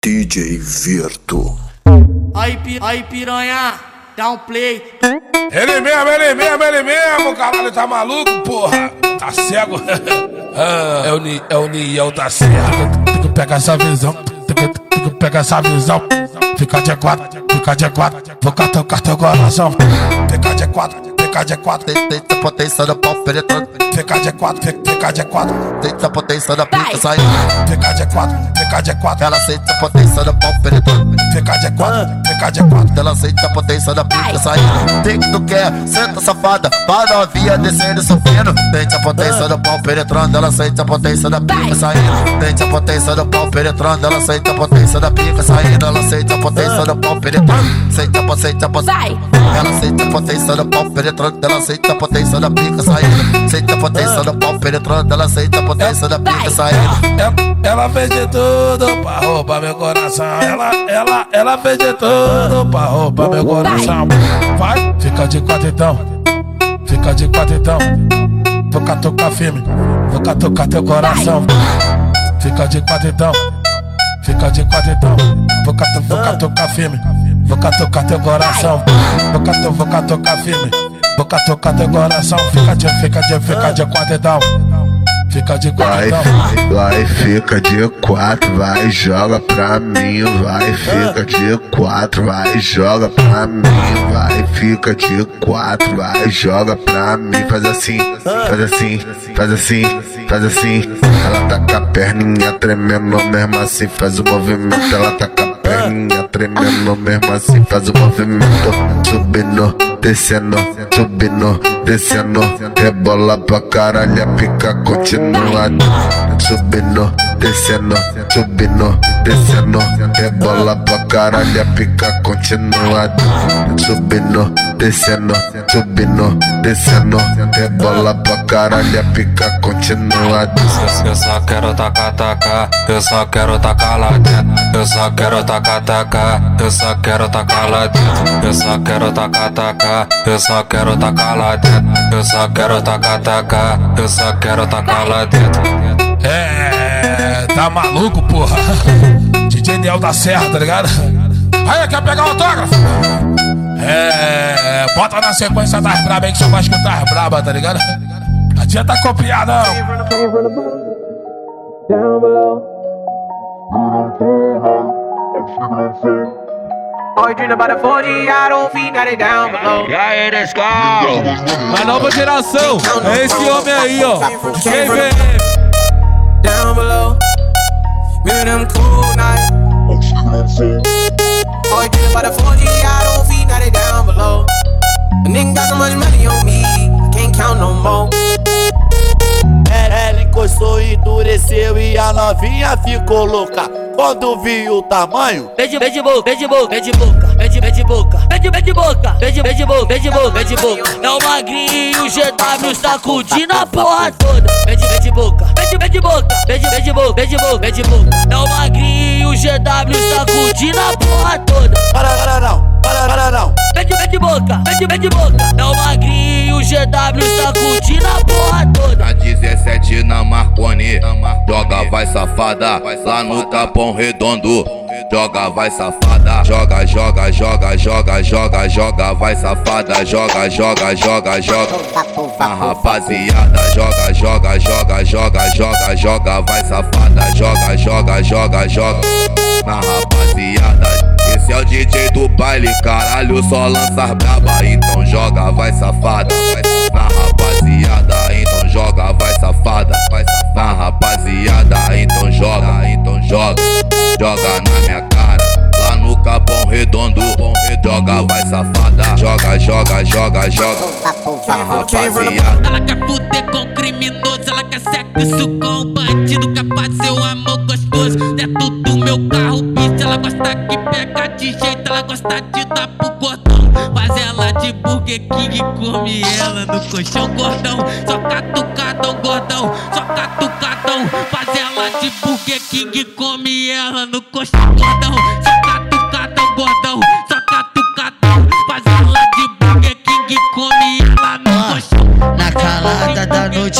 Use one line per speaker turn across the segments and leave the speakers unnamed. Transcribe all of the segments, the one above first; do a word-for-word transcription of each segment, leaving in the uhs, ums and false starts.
D J Virto.
Aí, pi, aí piranha, dá um play.
Ele mesmo, ele mesmo, ele mesmo, caralho, tá maluco, porra? Tá cego? ah, é o, Ni, é o Niel da Serra. Tem que pegar essa visão, tem que, tem que pegar essa visão. Fica de quatro, fica de quatro, vou catucar teu coração. Fica de quatro, fica de quatro,
Deita a potência do pau penetrando.
fica de quatro, fica de quatro,
Deita a potência da pica saindo.
fica de quatro, fica de quatro,
Ela sente a potência do pau penetrando.
fica de quatro, fica de quatro.
Ela sente a potência da pica saindo. Tem que tu quer, senta safada, para novinha descendo sofrendo. Sente a potência do pau penetrando. Ela sente a potência da pica saindo. Sente a potência do pau penetrando. Ela sente a potência da pica saindo. Ela sente a potência do pau penetrando. Sente a potência, potência. Ela sente a potência do pau penetrando. Ela sente a potência da pica saindo. Sente a potência do pau penetrando. Ela sente a potência da pica saindo.
Ela, ela fez de tudo pra roubar meu coração. Ela, ela, ela fez de tudo pra roubar meu coração. Vai, fica de quatro então, fica de quatro então. Vou catucar firme, vou catucar teu coração. Fica de quatro então, fica de quatro então. Vou catucar, vou catucar firme, vou catucar teu coração. Vou catucar, vou catucar firme, vou catucar teu coração. Fica de, fica de, fica de quatro então. Fica de quatro
Vai,
então.
vai, fica de quatro, vai, joga pra mim, vai, fica de quatro, vai, joga pra mim, vai, fica de quatro, vai, joga pra mim, faz assim, faz assim, faz assim, faz assim. Ela tá com a perninha tremendo, mesmo assim faz o movimento. Ela tá com a perninha tremendo, mesmo assim faz o movimento. Subindo, descendo, subindo, descendo, rebola pra caralho, a pica continua. Subindo, descendo, subindo, descendo, rebola pra caralho, a pica continua. Subindo, descendo, subindo, descendo, rebola pra caralho, a pica continua.
Eu só quero tacar, tacar, eu só quero tacar lá dentro. Eu só quero tacar, tacar, eu só quero tacar lá dentro. Eu só quero tacar, tacar, eu só quero tacar lá dentro. Eu só quero tacar, tacar, eu só quero tacar lá dentro.
É, tá maluco, porra? D J Niel da Serra, tá ligado? Aí, quer pegar o autógrafo? É, bota na sequência das brabas aí que só vai escutar as brabas, tá ligado? A tia tá copiada, não.
All you dream about a forty, I don't feel got it down below.
E aí, Nescau? A nova geração, é esse homem aí, ó. Quem vê?
Down below, remember them cool nights. All you dream about a forty, I don't feel got it down below. A nigga got so much money on me, I can't count no more.
Ela encostou e endureceu e a novinha ficou louca quando viu o tamanho.
Beijo, beijo, boca, beijo, boca, beijo, boca, beijo, beijo, boca, beijo, beijo, boca, beijo, beijo, boca, beijo, boca, beijo, boca. É o magrinho, o G W sacudindo a porra toda. Beijo, beijo, boca, beijo, beijo, boca, beijo, beijo, boca, beijo, boca, beijo, boca. É o magrinho, o G W sacudindo a porra toda.
Para, para não, para, para não.
Beijo, beijo, boca, beijo, beijo, boca. É o magrinho, o G W sacudindo a porra toda.
A dezessete na Marconi, joga vai safada, lá no Capão Redondo. Joga vai safada, joga, joga, joga, joga, joga, joga, vai safada, joga, joga, joga, joga. A rapaziada, joga, joga, joga, joga, joga, joga, vai safada, joga, joga, joga, joga. Na rapaziada, esse é o D J do baile, caralho, só lança as braba, então joga, vai safada, vai safada. Na rapaziada, então joga, vai safada, vai safada. Na rapaziada, então joga, então joga, joga na minha cara, lá no Capão Redondo. Joga, vai safada, joga, joga, joga, joga. Na rapaziada.
Ela quer fuder com criminoso, ela quer sexo com bandido, quer fazer um amor gostoso dentro do meu carro, bicho. Ela gosta que pega de jeito, ela gosta de dar pro gordão. Faz ela de Burger King, come ela no colchão, gordão. Só catucadão, gordão, só catucadão. Faz ela de Burger King, come ela no colchão, gordão. Só catucadão, gordão, só catucadão. Faz ela de Burger King, come ela no colchão.
Na calada da noite, ela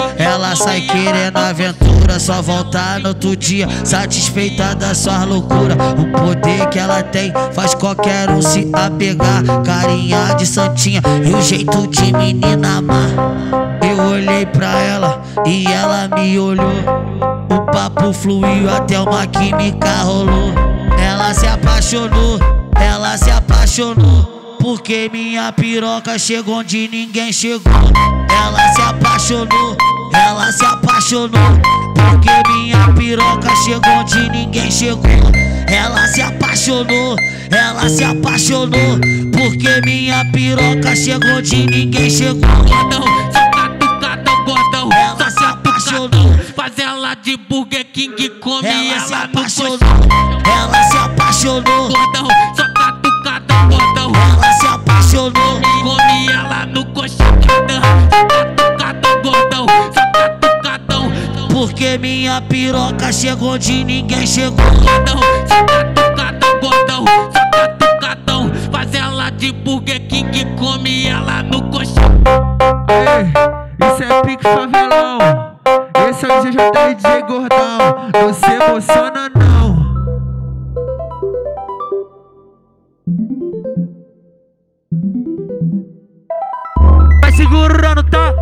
Ela sai querendo aventura, só voltar no outro dia, satisfeita da sua loucura. O poder que ela tem faz qualquer um se apegar. Carinha de santinha e o jeito de menina amar. Eu olhei pra ela e ela me olhou. O papo fluiu até uma química rolou. Ela se apaixonou, ela se apaixonou, porque minha piroca chegou onde ninguém chegou. Ela se apaixonou, ela se apaixonou, porque minha piroca chegou onde ninguém chegou. Ela se apaixonou, ela se apaixonou, porque minha piroca chegou onde ninguém chegou.
Gordão, só catucadão, gordão.
Ela se apaixonou,
faz ela de Burger King, come
ela
ela
se
no
apaixonou,
colchão.
ela se apaixonou,
Gordão, só catucadão, gordão.
ela se apaixonou,
Come ela no colchão. Só catucadão, gordão. Só catucadão.
porque minha piroca chegou onde ninguém chegou.
Gordão, só catucadão, gordão. Só catucadão. Faz ela de Burger King, come ela no colchão.
Ei, isso é pique favelão. Esse é o D J D J Gordão. Não se emociona não. Vai segurando, tá?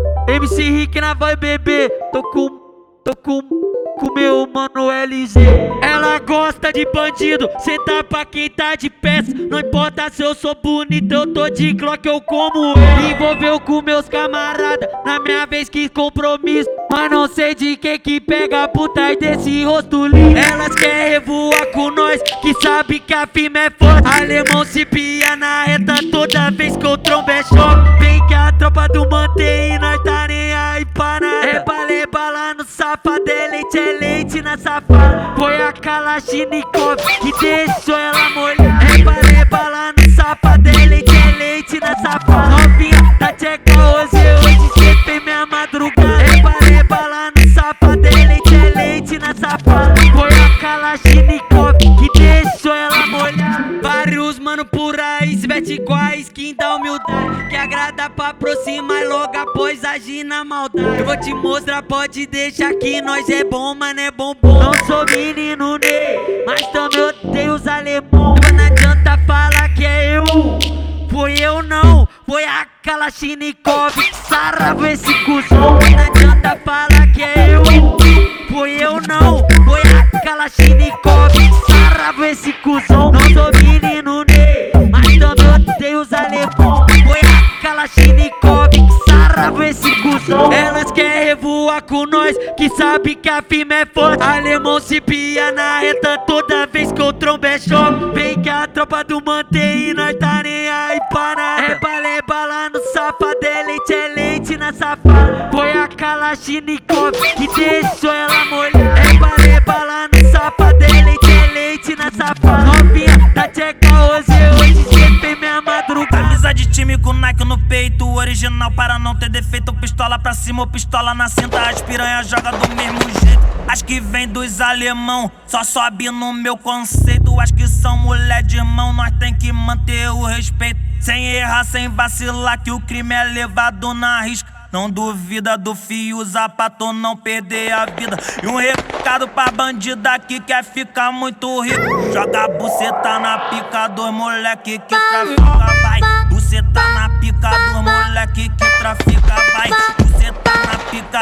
M C Rick na vai beber. Tô com, tô com, com meu mano L G. Ela gosta de bandido, senta pra quem tá de peça. Não importa se eu sou bonito, eu tô de Glock, eu como ele. Envolveu com meus camaradas, na minha vez que compromisso. Mas não sei de quem que pega por trás desse rosto lindo. Elas querem revoar com nós, que sabe que a firma é forte. Alemão se pia na reta toda vez que eu trombo é choque. Vem que a tropa do mantém e nós tá nem aí pra nada. É bala, bala no safado, é leite, é leite na safada. Foi a Kalashnikov que deixou ela molhar. É bala, bala no safado, é leite, é leite na safada. Novinha da tcheca hoje, hoje cê fez minha madrugada. É bala, bala no safado, é leite, é leite na safada. Foi a Kalashnikov que deixou ela molhar. Vários mano por aí se veste igual a skin da humildade, que agrada pra aproximar e logo após agir na maldade. Eu vou te mostrar, pode deixar que nós é bom, mas não é bombom. Não sou menino Ney, mas também odeio os alemão. Não adianta falar que é eu, foi eu não, foi a Kalashnikov que sarava esse cuzão. Não adianta falar que é eu, foi eu não, foi a Kalashnikov que sarava esse cuzão. Não sou menino Ney, mas também odeio os alemão. Foi a Kalashnikov que sarava esse cuzão. Elas querem revoar com nós, que sabe que a firma é forte. Alemão se pia na reta toda vez que eu trombo é choque. Vem que a tropa do mantém e nós tá nem aí pra nada. É bala, é bala no safado, é leite, é leite na safada. Foi a Kalashnikov que deixou ela molhar. É bala, é bala no safado, é leite, é leite na safada. Novinha da tcheca hoje, hoje cê fez minha madrugada.
Camisa de time com Nike no peito, original para não ter defeito. Pistola pra cima ou pistola na cinta, as piranha joga do mesmo jeito. As que vem dos alemão, só sobe no meu conceito. As que são mulher de irmão, nós tem que manter o respeito. Sem errar, sem vacilar, que o crime é levado na risca. Não duvida do fio usar pra tu não perder a vida. E um recado pra bandida que quer ficar muito rico: joga a buceta na pica dos moleque que trafica, vai. Buceta na pica dos moleque que trafica, vai. Buceta na pica,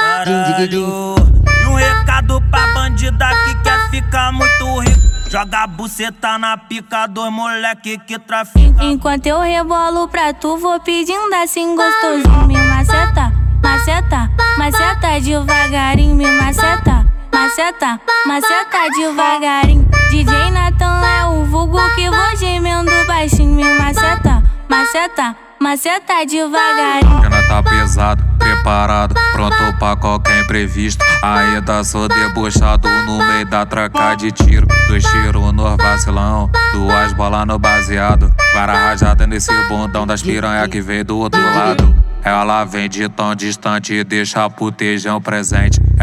caralho. E um recado pra bandida que quer ficar muito rico: joga a buceta na pica dos moleque que trafica.
Enquanto eu rebolo pra tu, vou pedindo assim gostosinho. Me maceta, maceta, maceta devagarinho. Me maceta, maceta, maceta devagarinho. D J Nathan é o vulgo que vou gemendo baixinho. Me maceta, maceta, maceta devagarinho.
Cana tá pesado, preparado, pronto pra qualquer imprevisto. Ainda sou debochado no meio da troca de tiro. Dois tiros no vacilão, duas bolas no baseado. Vara rajada nesse bundão das piranha que vem do outro lado. Ela vem de tão distante e deixa putejão presente.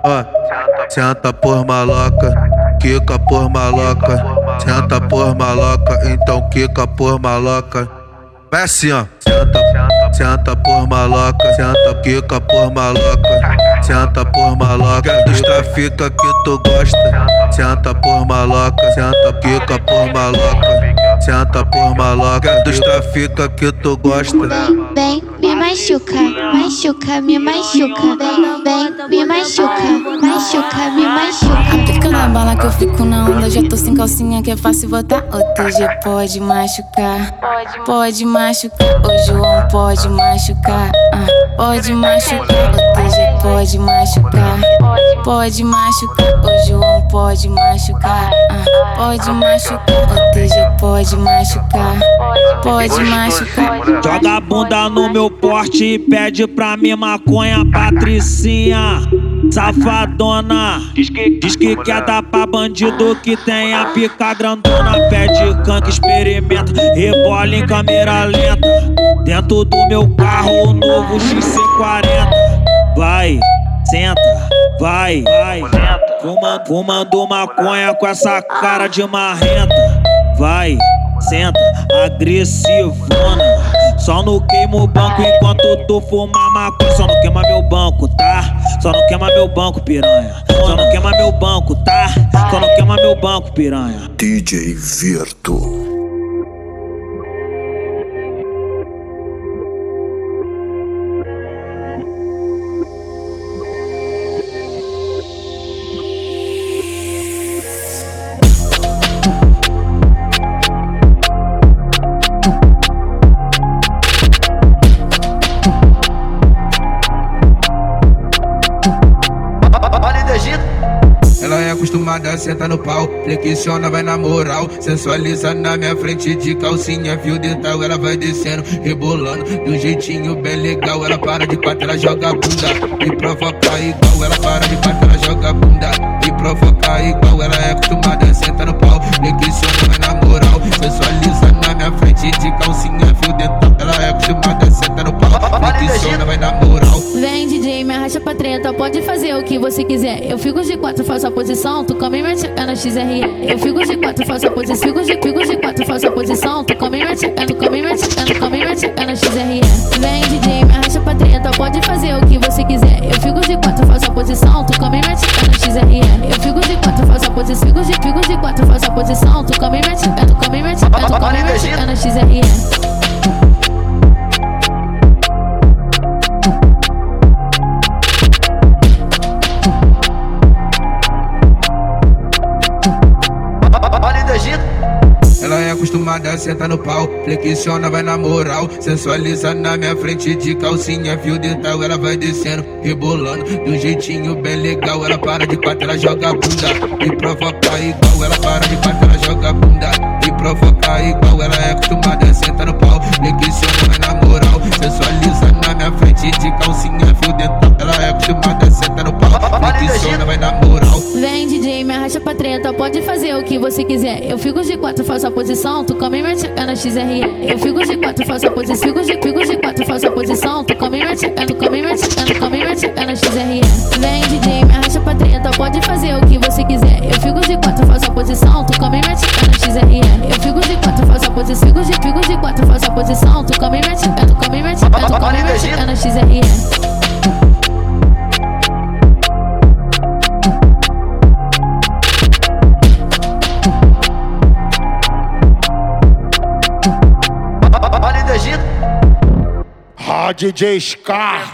Ó, senta por maloca, quica por maloca. Senta por maloca, então quica por maloca. Vai assim, ó. Senta, senta por maloca, senta, quica por maloca. Senta por maloca, dusta fica que tu gosta. Senta por maloca, senta, quica por maloca. Senta por maloca, dusta fica que tu gosta.
Vem, me machuca, machuca, me machuca. Vem, vem, me machuca, machuca, me machuca.
Fica na bala que eu fico na onda, já tô sem calcinha que é fácil botar. O T G pode machucar, pode machucar. O João pode machucar, ah, pode machucar. O T G pode machucar, pode machucar. O João pode machucar, ah, pode machucar. O T G pode machucar, pode machucar.
Joga a bunda no meu porte e pede pra mim maconha, Patricinha, safadona. Diz que, diz que quer dar pra bandido que tem a pica grandona. Pede canque, experimenta, rebola em câmera lenta. Dentro do meu carro, o novo X C quarenta. Vai, senta, vai, vai. Fumando, fumando maconha com essa cara de marrenta. Vai, senta, agressivona. Só não queima o banco enquanto tu fuma maconha. Só não queima meu banco, tá? Só não queima meu banco, piranha. Só não queima meu banco, tá? Só não queima meu banco, piranha.
D J Virto.
Acostumada, senta no pau, flexiona, vai na moral. Sensualiza na minha frente de calcinha, fio dental. Ela vai descendo, rebolando de um jeitinho bem legal. Ela para de quatro, ela joga a bunda e provoca igual. Ela para de quatro, ela joga a bunda e provoca igual. Ela é acostumada, senta no pau, flexiona, vai na moral. Sensualiza na minha frente de calcinha, fio dental. Ela é acostumada, senta no pau, flexiona, vai na moral.
Vem D J, me arrasta pra treta, pode fazer o que você quiser. Eu fico de quatro, faço a posição, tu come e me checa na X R E. Eu fico de quatro, faço a posição, fico de, fico de quatro, faço a posição, tu come e me checa, tu come e me checa, tu come e me checa na X R E. Vem D J, me arrasta pra treta, pode fazer o que você quiser. Eu fico de quatro, faço a posição, tu come e me checa na X R E. Eu fico de quatro, faço a posição, fico de, fico de quatro, faço a posição, tu come e me checa, tu come e me checa, tu come e me checa na X R E.
Ela é acostumada, senta no pau, flexiona, vai na moral. Sensualiza na minha frente de calcinha, fio dental. Ela vai descendo, rebolando de um jeitinho bem legal. Ela para de quatro, ela joga a bunda e provoca igual. Ela para de quatro, ela joga a bunda e provoca igual. Ela é acostumada, senta no pau, flexiona, vai na moral. Sensualiza na minha frente de calcinha, fio dental. Ela é acostumada, senta no pau, flexiona, vai na moral.
Vem D J, me arrasta pra treta, pode fazer o que você quiser. Eu fico de quatro, faço a posição, tu come e me checa na X R E. Eu fico de quatro, faço a posição, fico de, fico de quatro, faço a posição, tu come e me checa, tu come e me checa, tu come e me checa na X R E. Vem D J, me arrasta pra treta, pode fazer o que você quiser. Eu fico de quatro, faço a posição, tu come e me checa na X R E. Eu fico de quatro, faço a posição, fico de, fico de quatro, faço a posição, tu come e me checa, tu come e me checa, tu come e me checa na X R E.
Ah, D J Scar.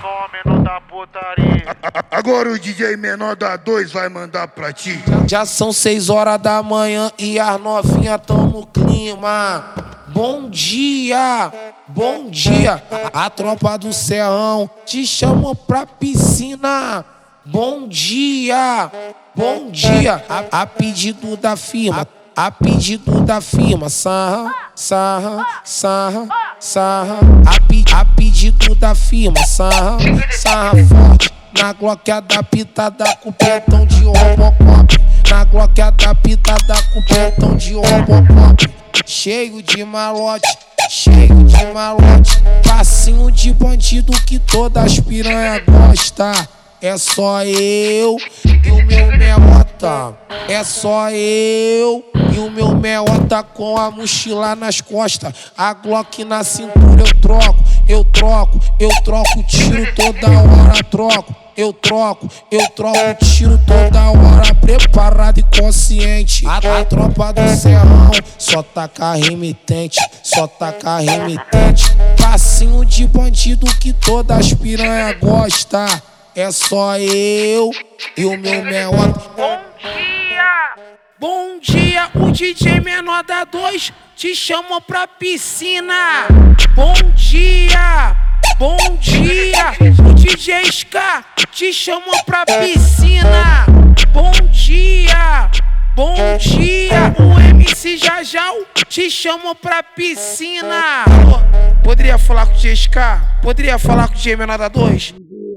Agora o D J menor da dois vai mandar pra ti.
Já são seis horas da manhã e as novinhas tão no clima. Bom dia, bom dia. A tropa do Serrão te chamou pra piscina. Bom dia, bom dia. A, a pedido da firma, a pedido da firma. Sarra, sarra, sarra, sarra. A, pe, a pedido da firma. Sarra, sarra forte. Na Glock adaptada com petão de Robocop. Na Glock adaptada com petão de Robocop. Cheio de malote, cheio de malote. Passinho de bandido que todas as piranha gosta. é só eu e o meu meota. É só eu e o meu meota com a mochila nas costas, a Glock na cintura. Eu troco, eu troco, eu troco tiro toda hora, troco. Eu troco, eu troco tiro toda hora, preparado e consciente. A, a tropa do Serrão só taca remitente, só taca remitente. Passinho de bandido que todas as piranha gosta. É só eu e o meu meota. Bom dia, bom dia, o D J menor da dois te chamou pra piscina. Bom dia, bom dia, o D J Ska te chamou pra piscina. Bom dia, bom dia, o M C Jajal te chamou pra piscina. Poderia falar com o D J Ska? Poderia falar com o D J menor da dois?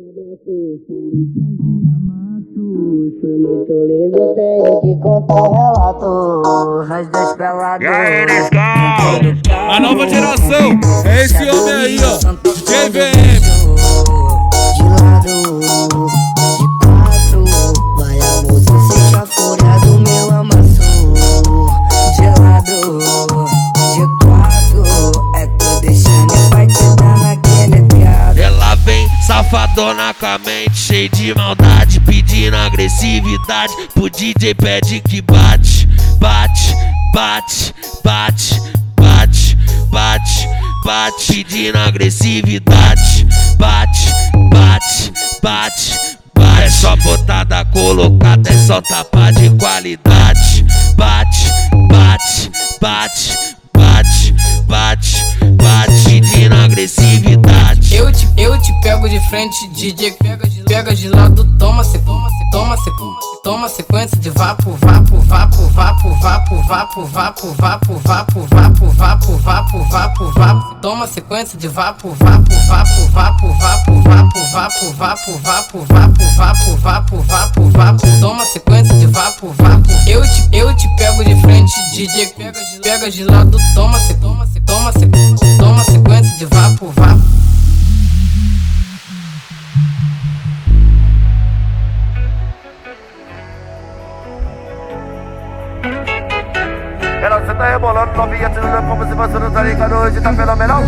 Foi muito lindo, tenho que contar um relato. Nós dois pelados.
A nova geração é esse homem aí, ó, D J V M.
De lado, de quatro, vai amor, você sente a fúria do meu amasso. De lado, de quatro, é tô deixando, vai te dar naquele teatro.
Ela vem safadona com a mente cheia de maldade, pedindo agressividade pro D J, pede que bate, bate, bate, bate, bate, bate, bate, pedindo agressividade, bate, bate, bate, bate. É só botada colocada, é só tapa de qualidade, bate, bate, bate, bate, bate, bate, pedindo agressividade.
Eu te, eu te pego de frente, D J pega de, pega de lado, toma sequência, toma sequência, toma sequência de vapo, vapo, vapo, vapo, vapo, vapo, vapo, vapo, vapo, vapo, vapo, vapo, vapo, vapo, toma sequência de vapo, vapo, vapo, vapo, vapo, vapo, vapo, vapo, vapo, vapo, vapo, vapo, vapo, vapo, toma sequência de vapo, vapo. Eu te, eu te pego de frente, D J pega de, pega de lado, toma sequência, toma sequência, toma sequência de vapo, vapo.
Ela você tá rebolando, novinha, tirando como se você não tá ligado, hoje tá fenomenal.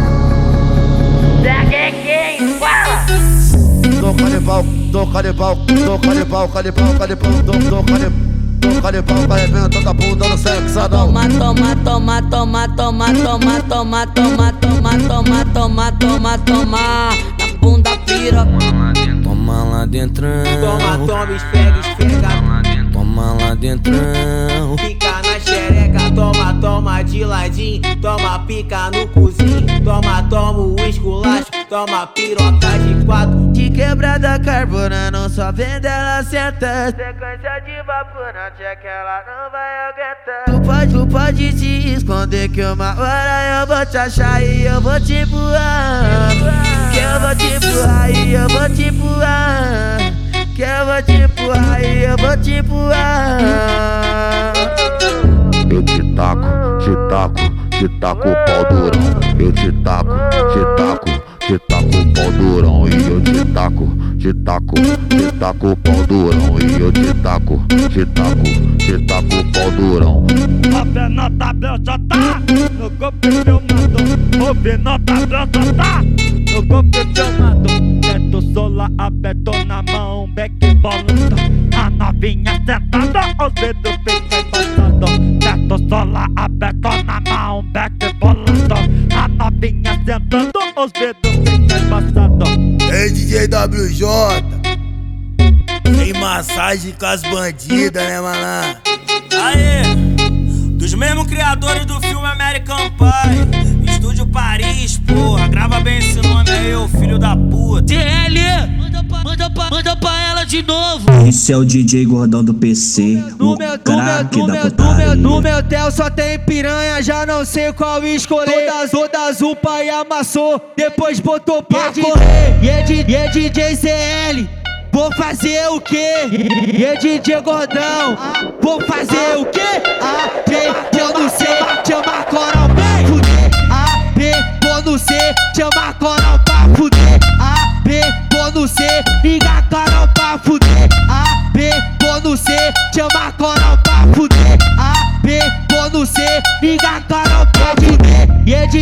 Fala!
Tô canibal, tô canibal, tô canibal, canibal, canibal, tô, tô canibal. Tô canibal, carregando da bunda no sexo anal.
Toma, toma, toma, toma, toma, toma, toma, toma, toma, toma, toma, toma, toma, na bunda pira.
Toma lá dentro.
Toma, toma, esfrega, esfrega.
Toma lá dentro.
Pica na xereca, toma, toma de ladinho. Toma pica no cozinho. Toma, toma o esculacho. Toma piroca de quatro.
De quebrada carbonando, só vendo ela sentar. Sequência de vapor, não tinha que ela não vai aguentar. Tu pode, tu pode te esconder que uma hora eu vou te achar e eu vou te empurrar. Que eu vou te empurrar e eu vou te empurrar. Que eu vou te empurrar e eu vou te empurrar.
Eu te taco, te taco, te taco o pau durão. Eu te taco, te taco, te taco o pau durão. E eu te taco, te taco, te taco o pau durão. E eu te taco, te taco, te taco o pau durão.
Ouve nota B J, no golpe filmado. Ouve nota B J, no golpe filmado. Teto solar aberto na mão, back bolando. A novinha sentada, os dedos ficam embaçados. Teto solar aberto na mão, back bolando. A novinha sentando, os dedos ficam embaçados.
Ei, D J W J, tem massagem com as bandidas, né, malandro?
Aê, dos mesmos criadores do filme American Pie, Estúdio Paris, porra, grava bem esse nome aí, ô filho da puta.
T L, manda pra, manda pra, manda pra ela de novo.
Esse é o D J Gordão do P C,
no
o
meu,
craque
no
da
meu,
putaria.
no meu, no meu tel só tem piranha, já não sei qual escolher. Todas, todas o pai amassou, depois botou pra correr. E é, de, e é D J C L, vou fazer o quê? E é D J Gordão, vou fazer o quê? A, B, eu não sei, chama coral pra fuder. A, B, vou não sei, chama coral pra fuder. A, B, vou não sei, liga coral pra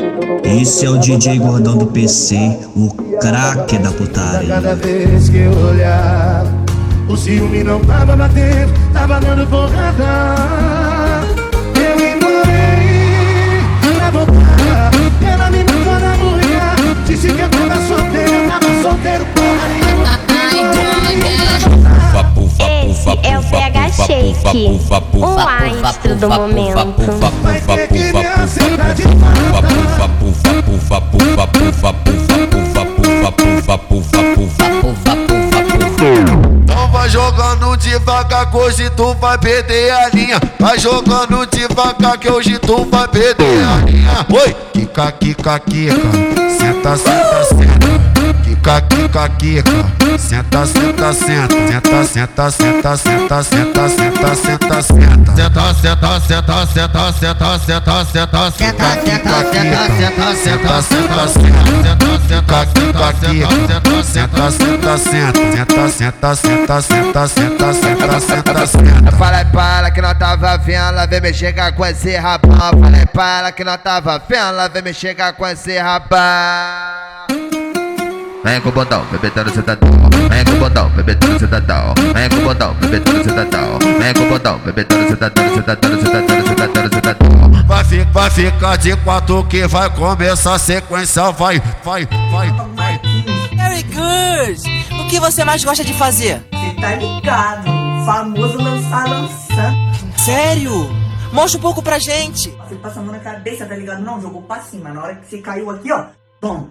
Esse é o D J Gordão do P C, o craque da putaria.
Cada vez que eu olhar, o ciúme não tava batendo, tava dando porrada. Eu implorei pra voltar, ela me mandou na mulher, disse que eu tava solteiro, tava solteiro, porra.
Esse é o P H Shake, o astro do momento.
Vai ter que me aceitar de
Então vai jogando devagar que hoje tu vai perder a linha. Vai jogando devagar que hoje tu vai perder a linha. Oi, quica, quica, quica, senta, senta, senta. Quica, quica, quica, senta, senta, senta. Senta, senta, senta, senta, senta, senta, senta, senta. Senta, senta, senta, senta, senta, senta, senta, senta. Quica, quica, senta, senta, senta, senta. Senta, quica, quica, senta, senta, senta. Senta, senta, senta, senta, senta, senta, senta, senta.
Falei pra ela que não tava vendo, ela vem me chegar com esse rabão. Falei pra ela que não tava vendo, ela vem me chegar com esse rabão.
Vem com o botão, bebetando cidadão. Vem com o botão, bebetando cidadão. Vem com o botão, bebetando cidadão. Vem com o botão, bebetando cidadão, cidadão, cidadão, cidadão, cidadão.
Vai ficar, vai ficar de quatro que vai começar a sequência. Vai, vai, vai, vai.
Very good! O que você mais gosta de fazer?
Você tá ligado, famoso lançar lançar.
Sério? Mostra um pouco pra gente.
Você passa a mão na cabeça, tá ligado? Não, jogou pra cima. Na hora que você caiu aqui, ó. Bom.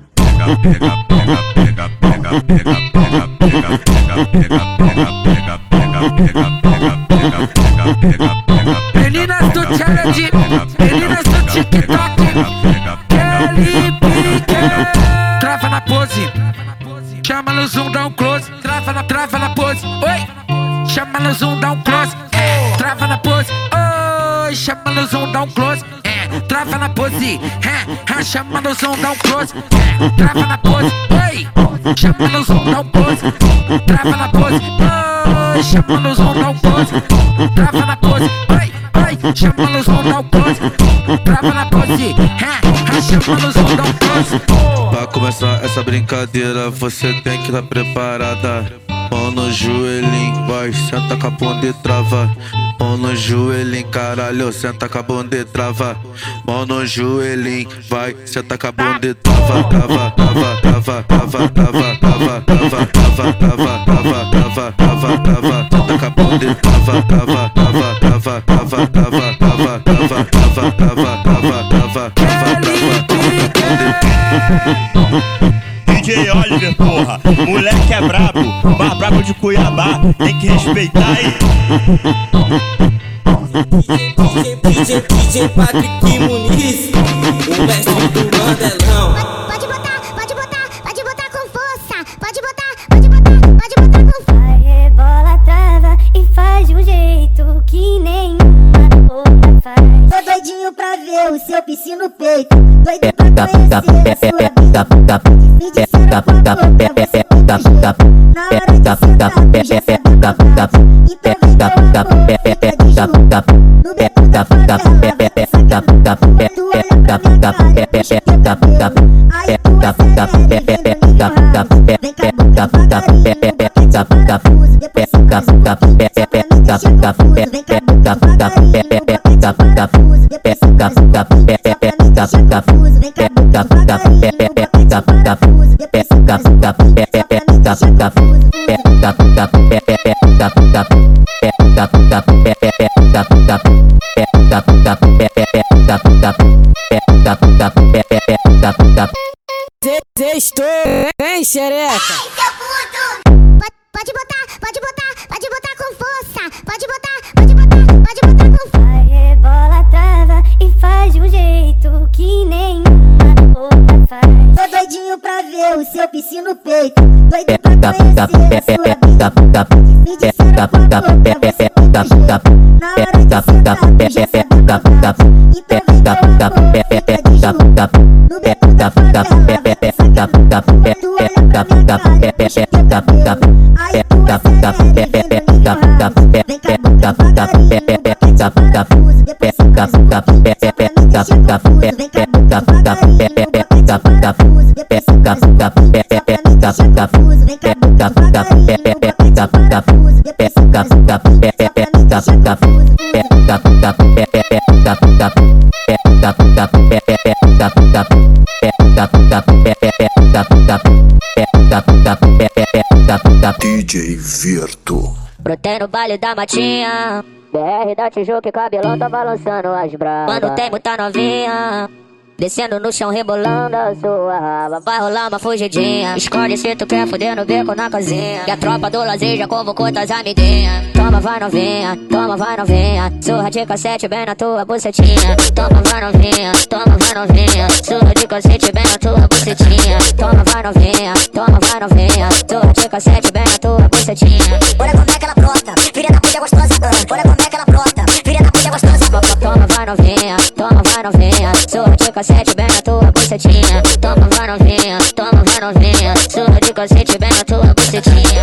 Meninas do challenge, meninas do TikTok, Kelly Pique. Trava na pose, chama no zoom, dá um close. Trava na, trava na pose, oi. Chama no zoom, dá um close. Trava na pose, oi. Chama no zoom, dá um close. Trava na pose, é, chama no som, dá um close. Trava na pose, oi. Chama no som, dá um close. Trava na pose, oi. Chama no som, dá um close. Trava na pose, oi, oi. Chama no som, dá um close. Trava na pose, é, chama no som, dá um close.
Pra começar essa brincadeira, você tem que estar preparada. Mão no joelhinho, vai, senta com a bunda e trava. Mão no joelhinho, caralho, senta com a bunda e trava. Mão no joelhinho, vai, senta com a bunda e trava. Trava, trava, trava, trava, trava, trava, trava, trava, trava, trava, trava, trava, trava. Senta com a bunda e trava, trava, trava, trava, trava, trava, trava, trava, trava, trava, trava, trava, trava, trava.
D J Oliver, porra, moleque é brabo, mais brabo de Cuiabá, tem que respeitar aí.
D J, D J Patrick Muniz, o mestre do Mandelão.
Pode botar, pode botar, pode botar com força. Pode botar, pode botar, pode botar com força. Vai, rebola, trava e faz de um jeito que nenhuma outra faz. Tô doidinho pra ver o seu piscino no peito. Doido pra conhecer a sua vida. Me disseram quando pra você me na hora de sentar, eu já sabia babado. Então vem meu amor, fica de jogo. No beco da favela, vai sacar puta. Tu olha pra minha cara, puxa que cabelo. Aí tu acelera e vem me enrolar. Vem cá, boca devagarinho, boquete parafuso. Depois se passa um pouquinho só pra me deixar confuso. Vem cá, boca devagarinho, boquete parafuso. Depois se passa um pouquinho só pra me deixar confuso. Vem cá, boca devagarinho, boquete parafuso. Depois se passa um pouquinho só pra me deixar confuso. Sextou, vem xereca. Pode botar, pode botar, pode botar com força. Pode botar, pode botar, pode botar com força. Vai, rebola, trava e faz de um jeito que nenhuma outra faz. Tô doidinho pra ver o seu piscino no peito. Doido pra conhecer a sua vida. Me disseram quando pra você me jogar. Na hora de sentar, eu já sabia babado. Então vem meu amor, fica de jogo. No beco da favela, vai sacar puta. Tu olha pra minha cara, puxa que cabelo. Aí tu acelera e vem me enrolar. Vem cá, boca devagarinho, boquete
D J Virto.
Brotei no baile da matinha, B R da Tijuca e cabelão tá balançando as bravas. Mano, tem muita novinha, descendo no chão, rebolando a sua raba. Vai rolar uma fugidinha, escolhe se tu quer fuder no beco na casinha. E a tropa do lazer já convocou tuas amiguinhas. Toma, vai novinha, toma, vai novinha, surra de cacete bem na tua bucetinha. Toma, vai novinha, toma, vai novinha, surra de cacete bem na tua bucetinha. Toma, vai novinha, toma, vai novinha, surra de cacete bem na tua bucetinha. Olha como é que ela brota, filha da puta gostosa. Olha como é que ela brota, filha da puta gostosa. Toma, vai novinha, toma, vai novinha, surra de cacete bem na tua bucetinha. Toma, vai novinha, toma, vai novinha, surra de cacete bem na tua bucetinha.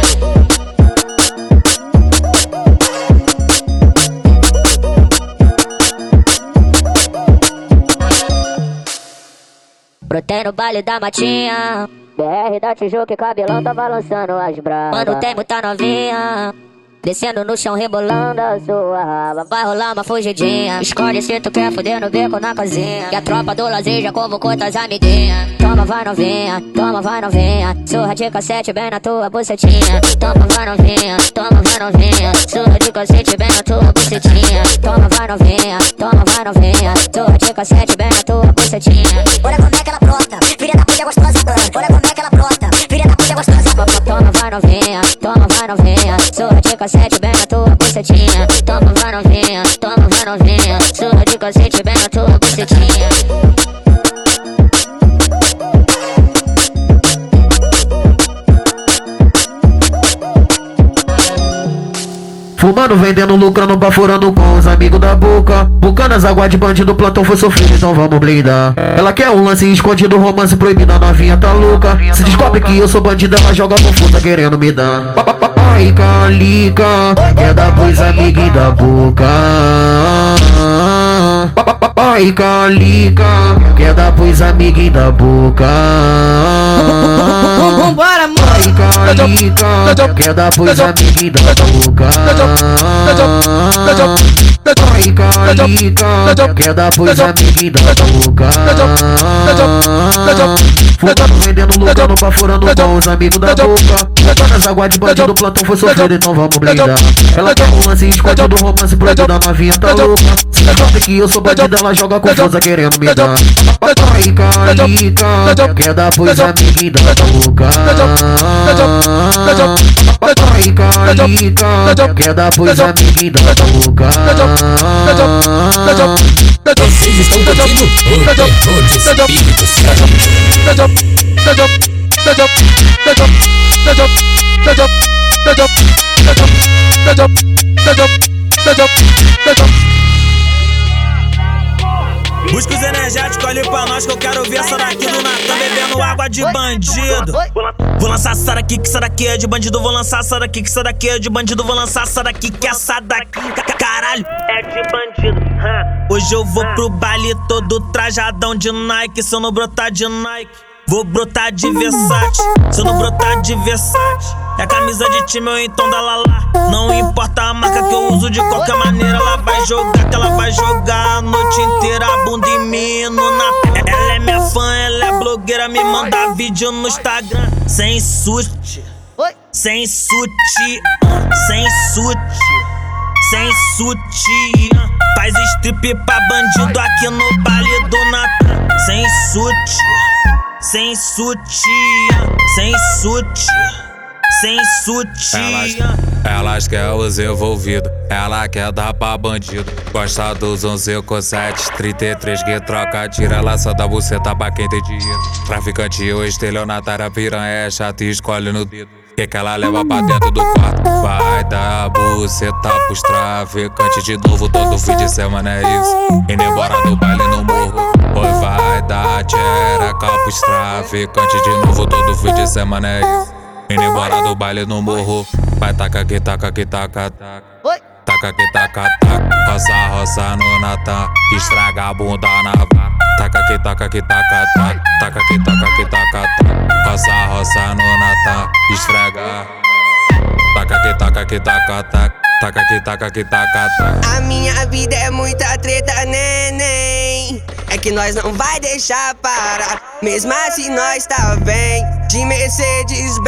Brotei no baile da matinha, B R da Tijuca e cabelão tá balançando as bravas. Mano, tem muita novinha, descendo no chão, rebolando a sua raba. Vai rolar uma fugidinha, escolhe se tu quer fuder no beco na casinha. E a tropa do lazer já convocou tuas amiguinhas. Toma, vai novinha, toma, vai novinha, surra de cacete bem na tua bucetinha. Toma, vai novinha, toma, vai novinha, surra de cacete bem na tua bucetinha. Toma, vai novinha, toma, vai novinha, surra de cacete bem na tua bucetinha. Olha como é que ela brota, filha da puta gostosa. Olha como é que ela brota, filha da puta gostosa. Toma, vai novinha, toma, vai novinha, surra de cacete bem na tua bucetinha. Toma, vai novinha, toma, vai novinha, surra de cacete bem na tua bucetinha.
Fumando, vendendo, lucrando, baforando com os amigos da boca. Bucando as águas de bandido, plantão foi sofrido, então vamos blindar. Ela quer um lance escondido, romance proibido, a novinha tá louca. Se descobre que eu sou bandido, ela joga confusa querendo me dar. Ai, calica, quer dar pros amiguinhos da boca. Ai, calica, quer dar pros amiguinhos da boca.
Vambora, mano.
Ai, calica, quer dar pros amiguinhos da boca. Ai, calica, quer dar pros amiguinhos da boca. Fumando, vendendo, lucrando, baforando com os amigos da boca. Botando as águas de bandido, plantão foi sofrido, então vamos blindar. Ela quer um lance escondido, romance proibido, a novinha tá louca. Se descobre que eu sou bandido, ela joga confusa querendo me dar. Ai, calica, quer dar pros amiguinhos da boca. Ai, calica, quer dar pros amiguinhos da boca.
Vocês estão curtindo o terror de Espírito Santo.
Busca os energéticos ali pra nós que eu quero ver essa daqui do Natan bebendo água de bandido. Vou lançar essa daqui que essa daqui é de bandido. Vou lançar essa daqui que essa daqui é de bandido. Vou lançar essa daqui que essa daqui, caralho, é de bandido. Hoje eu vou pro baile todo trajadão de Nike. Se eu não brotar de Nike, vou brotar de Versace. Se eu não brotar de Versace, é camisa de time ou então da Lala. Não importa a marca que eu uso, de qualquer maneira ela vai jogar. Que ela vai jogar a noite inteira, a bunda em mim no na. Ela é minha fã, ela é blogueira, me manda vídeo no Instagram. Sem sutiã, sem sutiã, sem sutiã, sem sutiã. Faz strip pra bandido aqui no baile do Natan. Sem sutiã, sem sutiã, sem sutiã, sem sutiã.
Elas, elas quer os envolvidos, ela quer dar pra bandido. Gosta dos onze com sete, trinta e três que troca tira. Ela só dá buceta pra quem tem dinheiro. Traficante ou estelionatária, piranha é chata e escolhe no dedo. Que que ela leva pra dentro do quarto? Vai dar buceta pros traficantes de novo. Todo fim de semana é isso, indo embora do baile no morro. Oi, vai dar tchereca pros traficantes de novo. Todo fim de semana é isso, indo embora do baile no morro. Vai taca que taca que taca taca. taca que taca, taca. Roça, roça no Natan, estraga a bunda na vaca. Taca que taca que taca, taca. Taca que taca que taca, taca. Roça, roça no Natan, estraga. Taca que taca que taca, taca. Taca que taca que taca, taca.
A minha vida é muita treta, neném. É que nós não vai deixar parar, mesmo assim nós tá bem. De Mercedes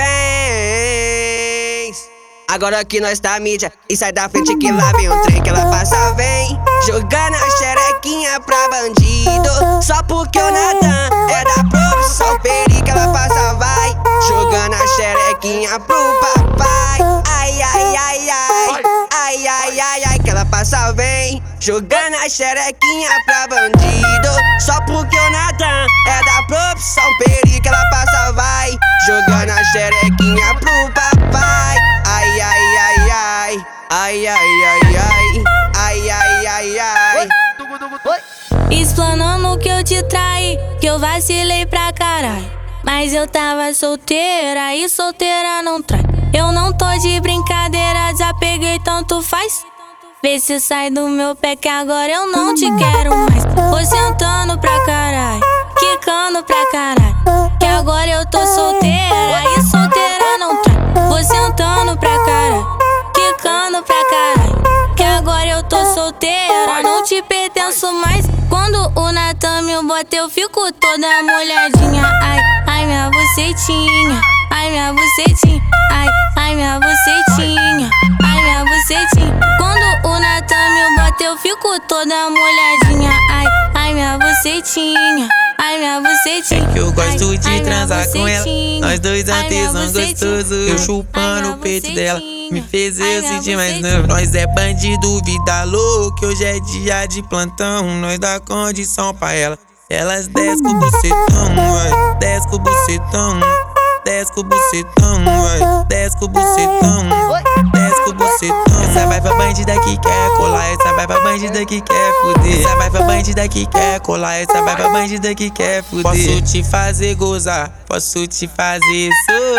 Benz. Agora que nós tá mídia, e sai da frente que lá vem um trem que ela passa vem. Jogando a xerequinha pra bandido, só porque o Natan é da profissão peri que ela passa vai. Jogando a xerequinha pro papai. Ai, ai, ai, ai. Ai, ai, ai, ai, que ela passa vem. Jogando a xerequinha pra bandido, só porque o Natan é da profissão peri que ela passa vai. Jogando a xerequinha pro papai. Ai, ai, ai, ai. Ai, ai, ai, ai. Ai, ai, ai, ai.
Explanando que eu te traí, que eu vacilei pra caralho. Mas eu tava solteira e solteira não trai. Eu não tô de brincadeira, desapeguei, tanto faz. Vê se sai do meu pé que agora eu não te quero mais. Vou sentando pra caralho, quicando pra caralho. Que agora eu tô solteira e solteira não trai. Vou sentando pra caralho, quicando pra caralho. Que agora eu tô solteira, não te pertenço mais. Quando o Natan me bota eu fico toda molhadinha. Ai, ai minha bucetinha, ai minha bucetinha. Ai, ai minha bucetinha, ai minha bucetinha. Quando o Natan me bota eu fico toda molhadinha. Ai, ai minha bucetinha, ai minha bucetinha.
É que eu gosto de
ai,
transar com ela, nós dois é um tesão gostoso. Eu chupando
ai,
o peito
bucetinha.
dela, me fez eu
ai,
sentir mais
bucetinha.
novo. Nós é bandido, vida louca, hoje é dia de plantão. Nós dá condição pra ela, elas desce com o bucetão, vai. Desce com o bucetão, desce com o bucetão, vai. Desce com o bucetão, desce com o bucetão. Essa vai pra bandida que quer colar, essa vai pra bandida que quer fuder. Essa vai pra bandida que quer colar, essa vai pra bandida que quer fuder. Posso te fazer gozar, posso te fazer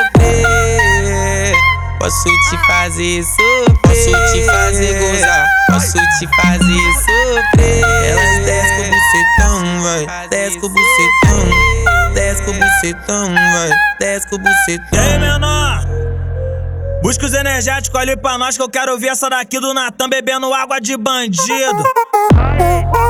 sofrer. Posso te fazer sofrer, posso te fazer gozar, posso te fazer sofrer. Elas desce com o bucetão, vai. Desce com o bucetão, desce com o bucetão, vai. Desce com o bucetão.
E aí, menor? Busca os energéticos ali pra nós que eu quero ver essa daqui do Natan bebendo água de bandido.